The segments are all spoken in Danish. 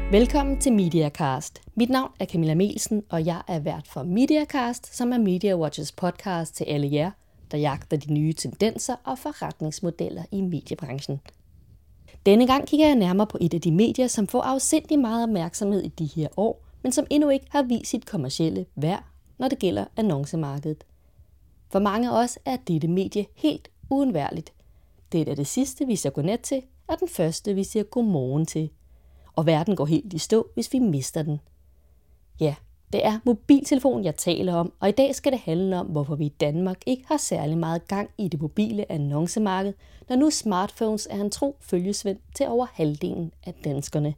Velkommen til Mediacast. Mit navn er Camilla Melsen, og jeg er vært for Mediacast, som er MediaWatch's podcast til alle jer, der jagter de nye tendenser og forretningsmodeller i mediebranchen. Denne gang kigger jeg nærmere på et af de medier, som får afsindig meget opmærksomhed i de her år, men som endnu ikke har vist sit kommercielle værd, når det gælder annoncemarkedet. For mange af os er dette medie helt uundværligt. Det er det sidste, vi siger godnat til, og den første, vi siger godmorgen til. Og verden går helt i stå, hvis vi mister den. Ja, det er mobiltelefonen, jeg taler om, og i dag skal det handle om, hvorfor vi i Danmark ikke har særlig meget gang i det mobile annoncemarked, når nu smartphones er en tro følgesvend til over halvdelen af danskerne.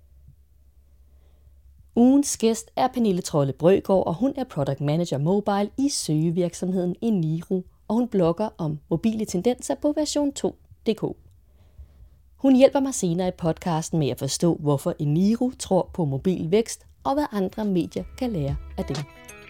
Ugens gæst er Pernille Trolle Brøgård, og hun er Product Manager Mobile i søgevirksomheden Eniro, og hun blogger om mobile tendenser på version 2.dk. Hun hjælper mig senere i podcasten med at forstå, hvorfor Eniro tror på mobil vækst, og hvad andre medier kan lære af dem.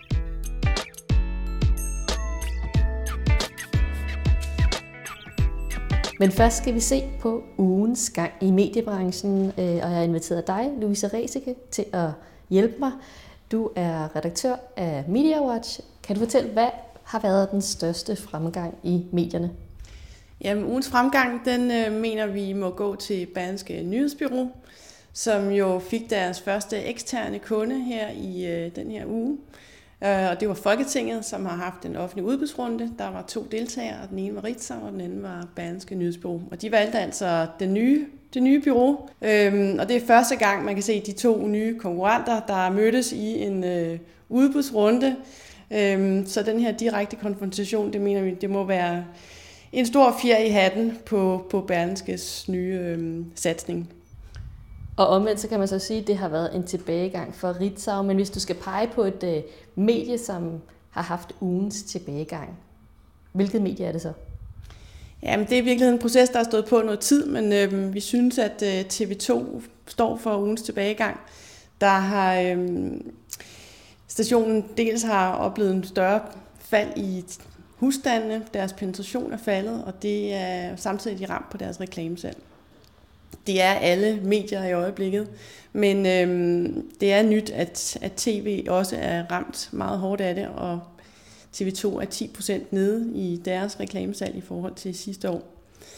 Men først skal vi se på ugens gang i mediebranchen, og jeg har inviteret dig, Louise Reseke, til at hjælpe mig. Du er redaktør af MediaWatch. Kan du fortælle, hvad har været den største fremgang i medierne? Jamen, ugens fremgang, den mener vi må gå til Berlingske Nyhedsbureau, som jo fik deres første eksterne kunde her i den her uge. Og det var Folketinget, som har haft en offentlig udbudsrunde. Der var 2 deltagere, og den ene var Ritzau, og den anden var Berlingske Nyhedsbureau. Og de valgte altså det nye bureau. Og det er første gang, man kan se de 2 nye konkurrenter, der mødtes i en udbudsrunde. Så den her direkte konfrontation, det mener vi, det må være en stor fjer i hatten på Berlingskes nye satsning. Og omvendt så kan man så sige, at det har været en tilbagegang for Ritzau, men hvis du skal pege på et medie, som har haft ugens tilbagegang, hvilket medie er det så? Jamen, det er i virkeligheden en proces, der har stået på noget tid, men vi synes, at TV2 står for ugens tilbagegang. Der har stationen dels har oplevet en større fald i husstandene, deres penetration er faldet, og det er samtidig de ramt på deres reklamesalg. Det er alle medier i øjeblikket, men det er nyt, at TV også er ramt meget hårdt af det, og TV2 er 10% nede i deres reklamesalg i forhold til sidste år.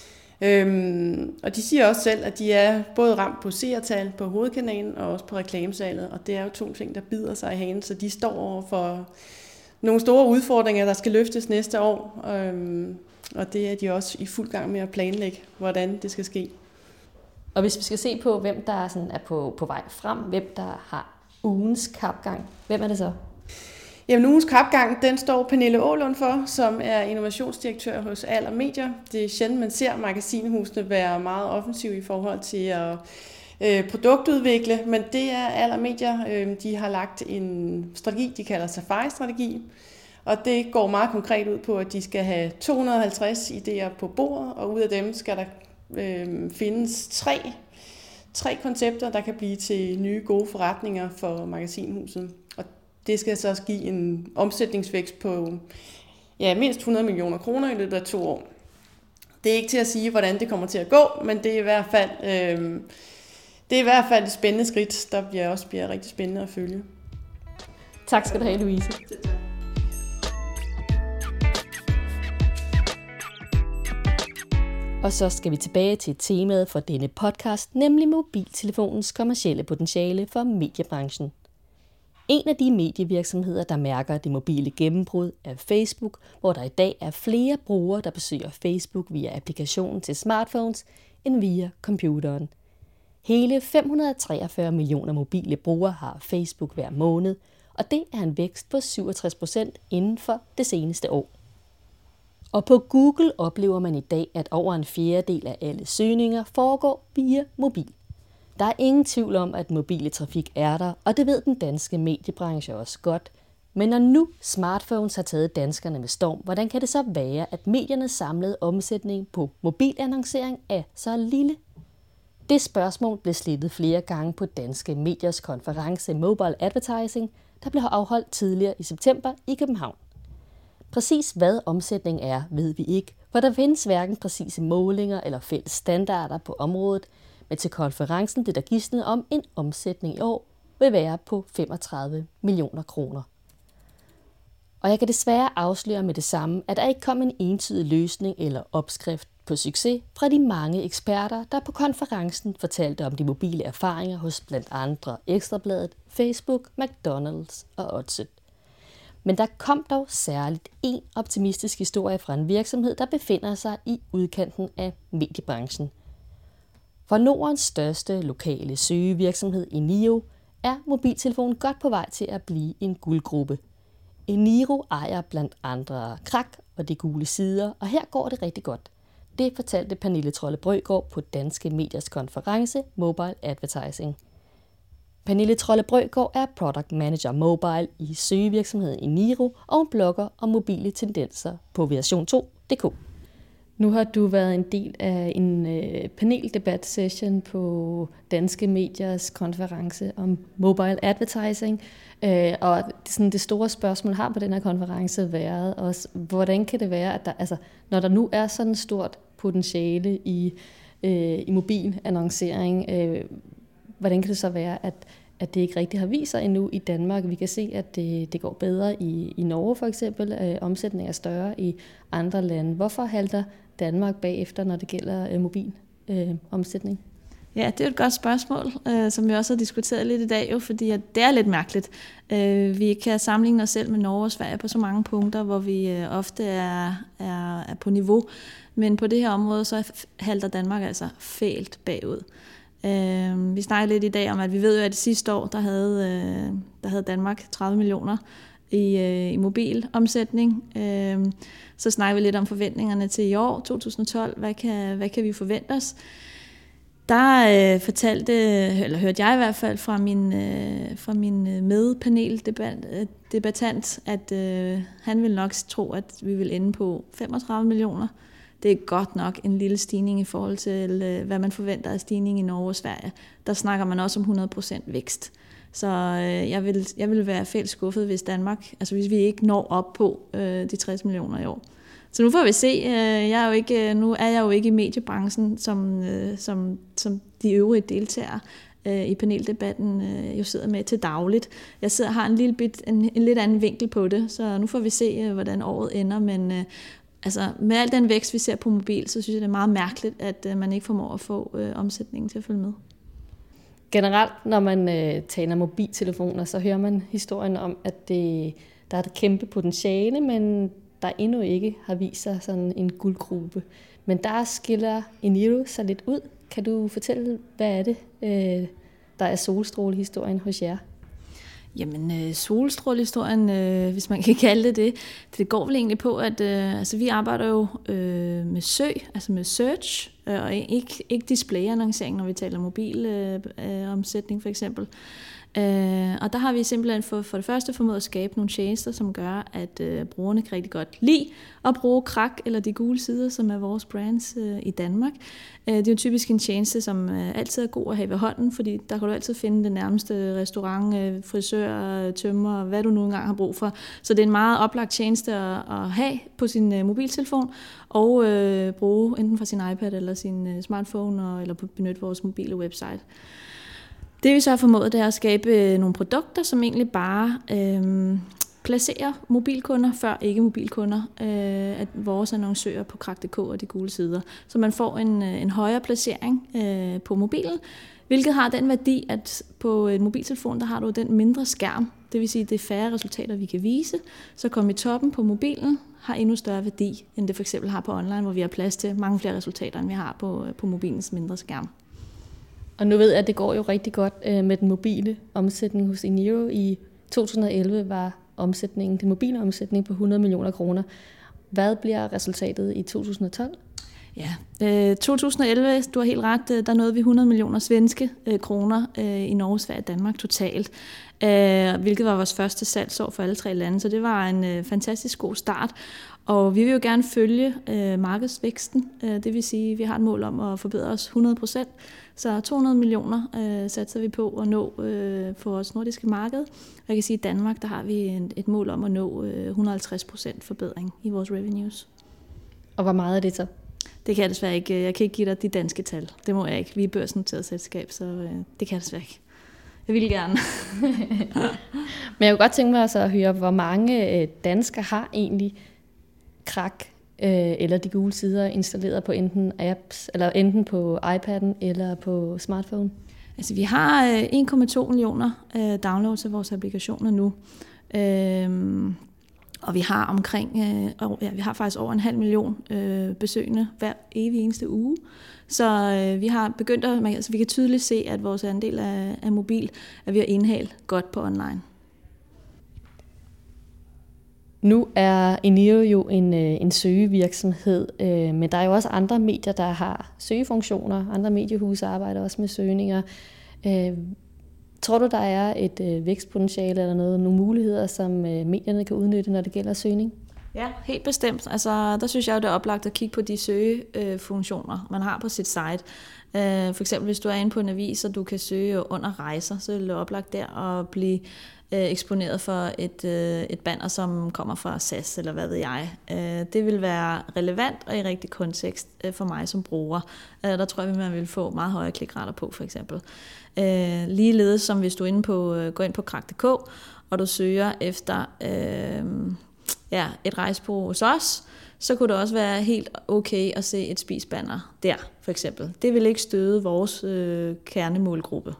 Og de siger også selv, at de er både ramt på seertal på hovedkanalen og også på reklamesalget, og det er jo 2 ting, der bider sig i hagen, så de står over for nogle store udfordringer, der skal løftes næste år, og det er de også i fuld gang med at planlægge, hvordan det skal ske. Og hvis vi skal se på, hvem der sådan er på vej frem, hvem der har ugens kapgang, hvem er det så? Jamen, ugens kapgang, den står Pernille Aalund for, som er innovationsdirektør hos Aller Medier. Det er sjældent, man ser magasinhusene være meget offensive i forhold til at produktudvikle, men det er Aller Medier. De har lagt en strategi, de kalder Safari-strategi, og det går meget konkret ud på, at de skal have 250 idéer på bordet, og ud af dem skal der findes 3 koncepter, der kan blive til nye gode forretninger for magasinhuset. Og det skal så give en omsætningsvækst på mindst 100 millioner kroner i løbet af 2 år. Det er ikke til at sige, hvordan det kommer til at gå, men det er i hvert fald et spændende skridt, der bliver rigtig spændende at følge. Tak skal du have, Louise. Og så skal vi tilbage til temaet for denne podcast, nemlig mobiltelefonens kommercielle potentiale for mediebranchen. En af de medievirksomheder, der mærker det mobile gennembrud, er Facebook, hvor der i dag er flere brugere, der besøger Facebook via applikationen til smartphones, end via computeren. Hele 543 millioner mobile brugere har Facebook hver måned, og det er en vækst på 67% inden for det seneste år. Og på Google oplever man i dag, at over en fjerdedel af alle søgninger foregår via mobil. Der er ingen tvivl om, at mobile trafik er der, og det ved den danske mediebranche også godt. Men når nu smartphones har taget danskerne med storm, hvordan kan det så være, at mediernes samlede omsætning på mobilannoncering er så lille? Det spørgsmål blev slettet flere gange på Danske Mediers konference Mobile Advertising, der blev afholdt tidligere i september i København. Præcis hvad omsætning er, ved vi ikke, for der findes hverken præcise målinger eller fælles standarder på området, men til konferencen blev der gisnet om en omsætning i år vil være på 35 millioner kroner. Og jeg kan desværre afsløre med det samme, at der ikke kom en entydig løsning eller opskrift på succes fra de mange eksperter, der på konferencen fortalte om de mobile erfaringer hos blandt andre Ekstrabladet, Facebook, McDonald's og Odset. Men der kom dog særligt en optimistisk historie fra en virksomhed, der befinder sig i udkanten af mediebranchen. For Nordens største lokale søgevirksomhed Eniro er mobiltelefonen godt på vej til at blive en guldgruppe. Eniro ejer blandt andre Krak og De Gule Sider, og her går det rigtig godt. Det fortalte Pernille Trolle-Brøgård på Danske Mediers konference Mobile Advertising. Pernille Trolle-Brøgård er Product Manager Mobile i søgevirksomheden Eniro og blogger om mobile tendenser på version2.dk. Nu har du været en del af en paneldebat-session på Danske Mediers konference om mobile advertising. Og det store spørgsmål har på den her konference været også, hvordan kan det være, at der, når der nu er sådan et stort potentiale i mobil annoncering, hvordan kan det så være, at det ikke rigtig har vist sig endnu i Danmark? Vi kan se, at det går bedre i Norge for eksempel. Omsætningen er større i andre lande. Hvorfor halter Danmark bagefter, når det gælder mobil omsætning? Ja, det er et godt spørgsmål, som vi også har diskuteret lidt i dag, jo, fordi det er lidt mærkeligt. Vi kan sammenligne os selv med Norge og Sverige på så mange punkter, hvor vi ofte er på niveau. Men på det her område, så halter Danmark altså fælt bagud. Vi snakker lidt i dag om, at vi ved jo, at det sidste år, der havde Danmark 30 millioner i mobil omsætning. Så snakker vi lidt om forventningerne til i år, 2012. Hvad kan vi forvente os? Der hørte jeg i hvert fald fra min medpaneldebattant, at han ville nok tro, at vi vil ende på 35 millioner. Det er godt nok en lille stigning i forhold til, hvad man forventer af stigning i Norge og Sverige. Der snakker man også om 100% vækst. Så jeg vil være fælles skuffet, hvis hvis vi ikke når op på de 60 millioner i år. Så nu får vi se. Nu er jeg jo ikke i mediebranchen, som de øvrige deltagere i paneldebatten jo sidder med til dagligt. Jeg har en lidt anden vinkel på det, så nu får vi se, hvordan året ender. Men med al den vækst, vi ser på mobil, så synes jeg, det er meget mærkeligt, at man ikke formår at få omsætningen til at følge med. Generelt, når man taler mobiltelefoner, så hører man historien om, at der er et kæmpe potentiale, men der endnu ikke har vist sig sådan en guldgruppe. Men der skiller Eniro sig lidt ud. Kan du fortælle, hvad er det, der er solstrålehistorien hos jer? Jamen, solstrålehistorien, hvis man kan kalde det går vel egentlig på, at vi arbejder jo med søg, altså med search, og ikke displayannoncering, når vi taler mobilomsætning for eksempel. Og der har vi simpelthen for det første formået at skabe nogle tjenester, som gør, at brugerne kan rigtig godt lide at bruge Krak eller De Gule Sider, som er vores brands i Danmark. Det er jo typisk en tjeneste, som altid er god at have ved hånden, fordi der kan du altid finde den nærmeste restaurant, frisør, tømrer, hvad du nu engang har brug for. Så det er en meget oplagt tjeneste at have på sin mobiltelefon og bruge enten fra sin iPad eller sin smartphone eller benytte vores mobile website. Det vi så har formået, det er at skabe nogle produkter, som egentlig bare placerer mobilkunder før ikke mobilkunder, at vores annoncører på Krak.dk og De Gule Sider. Så man får en højere placering på mobilen, hvilket har den værdi, at på en mobiltelefon, der har du den mindre skærm. Det vil sige, at det er færre resultater, vi kan vise. Så komme i toppen på mobilen har endnu større værdi, end det for eksempel har på online, hvor vi har plads til mange flere resultater, end vi har på mobilens mindre skærm. Og nu ved jeg, at det går jo rigtig godt med den mobile omsætning hos Eniro. I 2011 var den mobile omsætning på 100 millioner kroner. Hvad bliver resultatet i 2012? Ja, 2011, du har helt ret, der nåede vi 100 millioner svenske kroner i Norge, Sverige og Danmark totalt, hvilket var vores første salgsår for alle 3 lande, så det var en fantastisk god start. Og vi vil jo gerne følge markedsvæksten, det vil sige, at vi har et mål om at forbedre os 100%, så 200 millioner satser vi på at nå på vores nordiske marked. Jeg kan sige, at i Danmark der har vi et mål om at nå 150% forbedring i vores revenues. Og hvor meget er det så? Det kan jeg desværre ikke. Jeg kan ikke give dig de danske tal. Det må jeg ikke. Vi er børsnoteret selskab, så det kan jeg desværre ikke. Jeg vil gerne. Men jeg kunne godt tænke mig altså at høre, hvor mange danskere har egentlig Krak eller de gule sider installeret på enten apps, eller enten på iPad'en eller på smartphone? Altså vi har 1,2 millioner downloads af vores applikationer nu. Og vi har vi har faktisk over 0,5 million besøgende hver evig eneste uge. Så vi har begyndt vi kan tydeligt se, at vores andel af mobil er ved at indhale godt på online. Nu er Eniro jo en søgevirksomhed, men der er jo også andre medier, der har søgefunktioner. Andre mediehuse arbejder også med søgninger. Tror du, der er et vækstpotentiale eller nogle muligheder, som medierne kan udnytte, når det gælder søgning? Ja, helt bestemt. Altså, der synes jeg jo, det er oplagt at kigge på de søgefunktioner, man har på sit site. For eksempel, hvis du er inde på en avis, og du kan søge under rejser, så er det oplagt der at blive eksponeret for et banner, som kommer fra SAS, eller hvad ved jeg. Det vil være relevant og i rigtig kontekst for mig som bruger. Der tror jeg, man vil få meget højere klikrater på, for eksempel. Ligeledes som hvis du går ind på Krak.dk, og du søger efter et rejsebureau hos os, så kunne det også være helt okay at se et spisbanner der, for eksempel. Det vil ikke støde vores kernemålgruppe.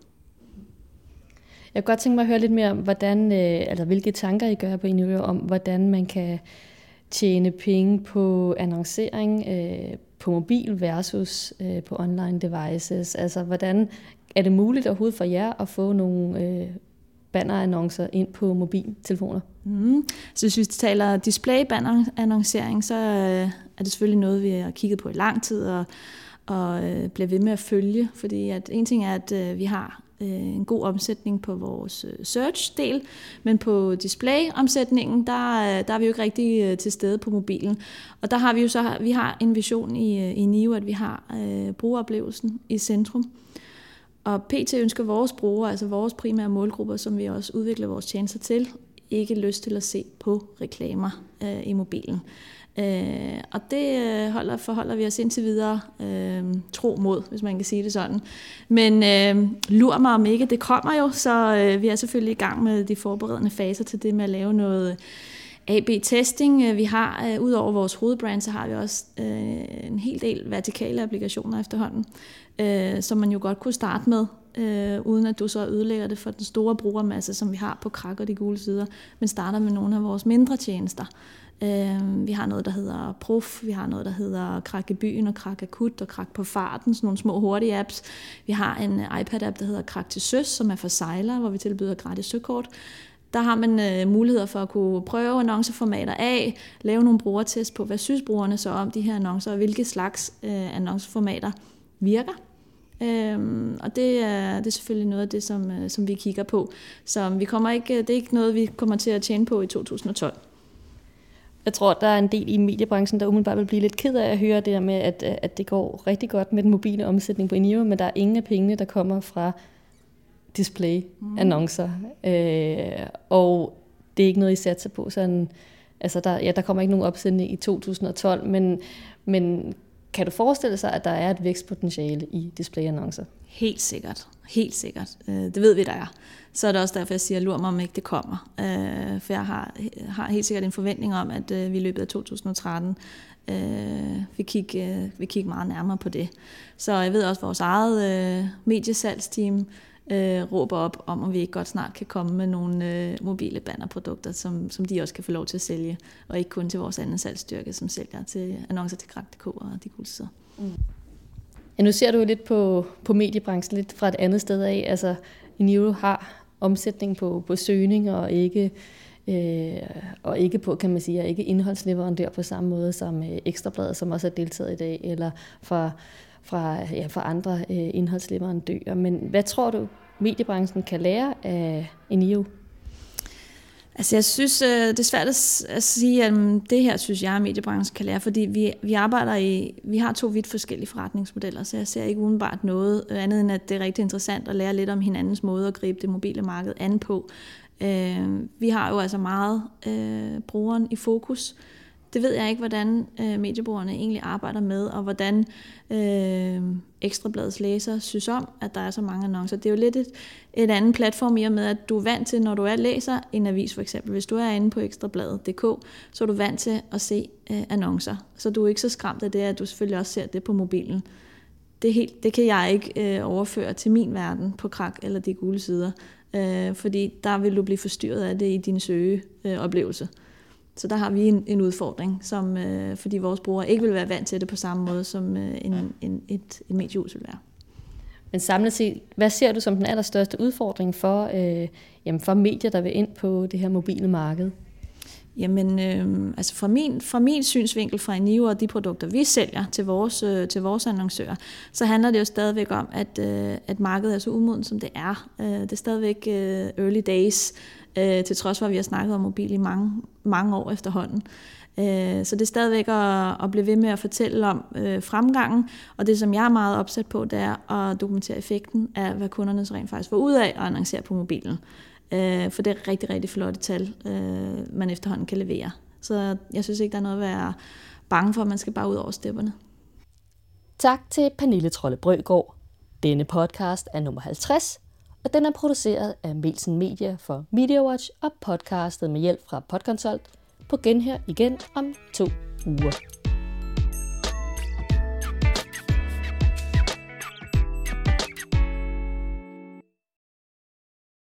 Jeg kunne godt tænke mig at høre lidt mere om, hvilke tanker I gør på Eniro om, hvordan man kan tjene penge på annoncering på mobil versus på online devices. Altså, hvordan er det muligt overhovedet for jer at få nogle bannerannoncer ind på mobiltelefoner? Så hvis vi taler display-bannerannoncering, så er det selvfølgelig noget, vi har kigget på i lang tid og bliver ved med at følge. Fordi at en ting er, at vi har en god omsætning på vores search-del, men på display-omsætningen, der er vi jo ikke rigtig til stede på mobilen. Og der har vi jo vi har en vision i NIO, at vi har brugeroplevelsen i centrum. Og PT ønsker vores brugere, altså vores primære målgrupper, som vi også udvikler vores tjenester til, ikke lyst til at se på reklamer i mobilen. Og det forholder vi os indtil videre tro mod, hvis man kan sige det sådan. Men lur mig om ikke, det kommer jo, så vi er selvfølgelig i gang med de forberedende faser til det med at lave noget AB-testing. Vi har, ud over vores hovedbrand, så har vi også en hel del vertikale applikationer efterhånden, som man jo godt kunne starte med, uden at du så ødelægger det for den store brugermasse, som vi har på Krak og de gule sider, men starter med nogle af vores mindre tjenester. Vi har noget, der hedder Prof, vi har noget, der hedder Krak i byen og Krak akut og Krak på farten, sådan nogle små hurtige apps. Vi har en iPad-app, der hedder Krak til søs, som er for sejlere, hvor vi tilbyder gratis søkort. Der har man muligheder for at kunne prøve annonceformater af, lave nogle brugertest på, hvad synes brugerne så om de her annoncer, og hvilke slags annonceformater virker. Og det er selvfølgelig noget af det, som vi kigger på. Så det er ikke noget, vi kommer til at tjene på i 2012. Jeg tror, der er en del i mediebranchen, der umiddelbart vil blive lidt ked af at høre det der med, at det går rigtig godt med den mobile omsætning på Eniro, men der er ingen af pengene, der kommer fra display-annoncer. Og det er ikke noget, I satser på. Sådan, altså der kommer ikke nogen opsætning i 2012, men kan du forestille sig, at der er et vækstpotentiale i display-annoncer? Helt sikkert. Helt sikkert. Det ved vi, der er. Så er det også derfor, jeg siger, lur mig, om ikke det kommer. For jeg har helt sikkert en forventning om, at vi i løbet af 2013 vil kigge meget nærmere på det. Så jeg ved også, at vores eget mediesalgsteam råber op om, at vi ikke godt snart kan komme med nogle mobile bannerprodukter, som de også kan få lov til at sælge, og ikke kun til vores anden salgsstyrke, som sælger til annoncer til Krak.dk og de gule sider. Ja, nu ser du jo lidt på mediebranchen lidt fra et andet sted af. Altså, Eniro har omsætning på søgning og ikke på, kan man sige, ikke indholdsleverandør på samme måde som Ekstrabladet, som også er deltaget i dag, eller fra andre indholdsleverandører. Men hvad tror du, mediebranchen kan lære af Eniro? Altså jeg synes, det er svært at sige, at det her synes jeg, at mediebranchen kan lære, fordi vi har 2 vidt forskellige forretningsmodeller, så jeg ser ikke udenbart noget andet, end at det er rigtig interessant at lære lidt om hinandens måde at gribe det mobile marked an på. Vi har jo altså meget brugeren i fokus. Det ved jeg ikke, hvordan mediebrugerne egentlig arbejder med, og hvordan Ekstrabladets læsere synes om, at der er så mange annoncer. Det er jo lidt et andet platform i og med, at du er vant til, når du læser en avis for eksempel. Hvis du er inde på ekstrabladet.dk, så er du vant til at se annoncer. Så du er ikke så skræmt af det, at du selvfølgelig også ser det på mobilen. Det kan jeg ikke overføre til min verden på Krak eller de gule sider, fordi der vil du blive forstyrret af det i din søgeoplevelse. Så der har vi en udfordring, fordi vores brugere ikke vil være vant til det på samme måde, som et mediehus vil være. Men samlet set, hvad ser du som den allerstørste udfordring for medier, der vil ind på det her mobile marked? Jamen, altså fra min synsvinkel fra Eniro og de produkter, vi sælger til vores annoncører, så handler det jo stadigvæk om, at markedet er så umodent, som det er. Det er stadigvæk early days, til trods for, at vi har snakket om mobil i mange år efterhånden. Så det er stadigvæk at blive ved med at fortælle om fremgangen, og det, som jeg er meget opsat på, det er at dokumentere effekten af, hvad kunderne så rent faktisk får ud af at annoncere på mobilen. For det er rigtig, rigtig flotte tal, man efterhånden kan levere. Så jeg synes ikke, der er noget at være bange for, at man skal bare ud over stepperne. Tak til Pernille Trolle Brøgård. Denne podcast er nummer 50, og den er produceret af Melsen Media for MediaWatch og podcastet med hjælp fra Podconsult på genhør igen om 2 uger.